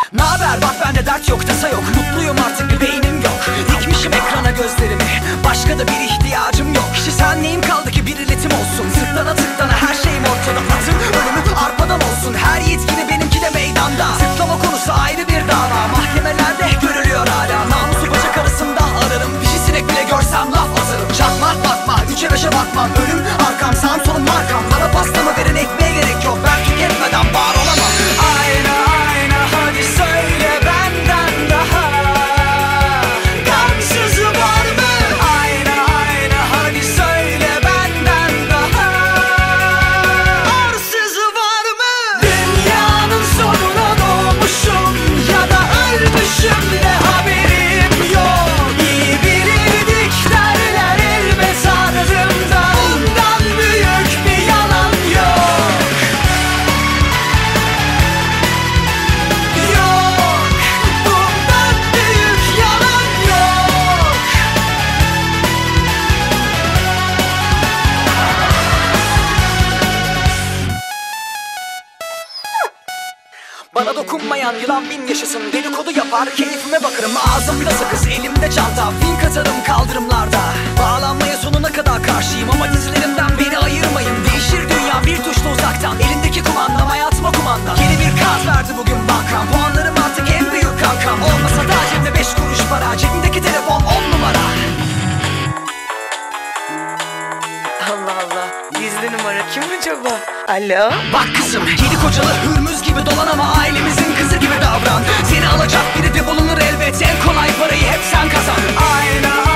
Naber bak bende dert yok tasa yok. Mutluyum artık bir beynim yok. Dikmişim ekrana gözlerimi, başka da bir ihtiyacım yok. Kişisel neyim kaldı ki bir iletim olsun. Tıklana tıklana her şeyim ortada. Atım ölümü arpadan olsun. Her yetkili benimki de meydanda. Tıklama konusu ayrı bir dava. Mahkemelerde görülüyor hala. Namusu bacak arasında ararım. Dişi sinek bile görsem laf asarım. Çakma bakma, üçe beşe bakmam. Önüm arkam, sağım solum markam. Bana pastamı verin, ekmeğe gerek yok. Ben tüketmeden var olamam. Ayna ayna hadi söyle benden daha gamsızı var mı? Ayna ayna hadi söyle benden daha arsızı var mı? Dünyanın sonuna doğmuşum ya da ölmüşüm de haberim yok. İyi bilirdik derler elbet ardımda. Bundan büyük bir yalan yok. Yok, bundan büyük yalan yok. Bana dokunmayan yılan bin yaşasın. Dedikodu yapar keyfime bakarım. Ağzımda sakız elimde çanta. Fink atarım kaldırımlarda. Bağlanmaya sonuna kadar karşıyım ama dizilerimden beni ayırmayın. Değişir dünya bir tuşla uzaktan. Elindeki kumandam hayatıma kumanda. Yeni bir kart verdi bugün bankam. Puanlarım artık en büyük kankam. Olmasa da cebimde 5 kuruş para. Cebimdeki telefon 10 numara. Allah Allah. Gizli numara kim acaba? Alo? Bak kızım, yedi kocalı hürmüz gibi dolan ama ailemizin kızı gibi davran. Seni alacak biri de bulunur elbet. En kolay parayı hep sen kazan. Ayna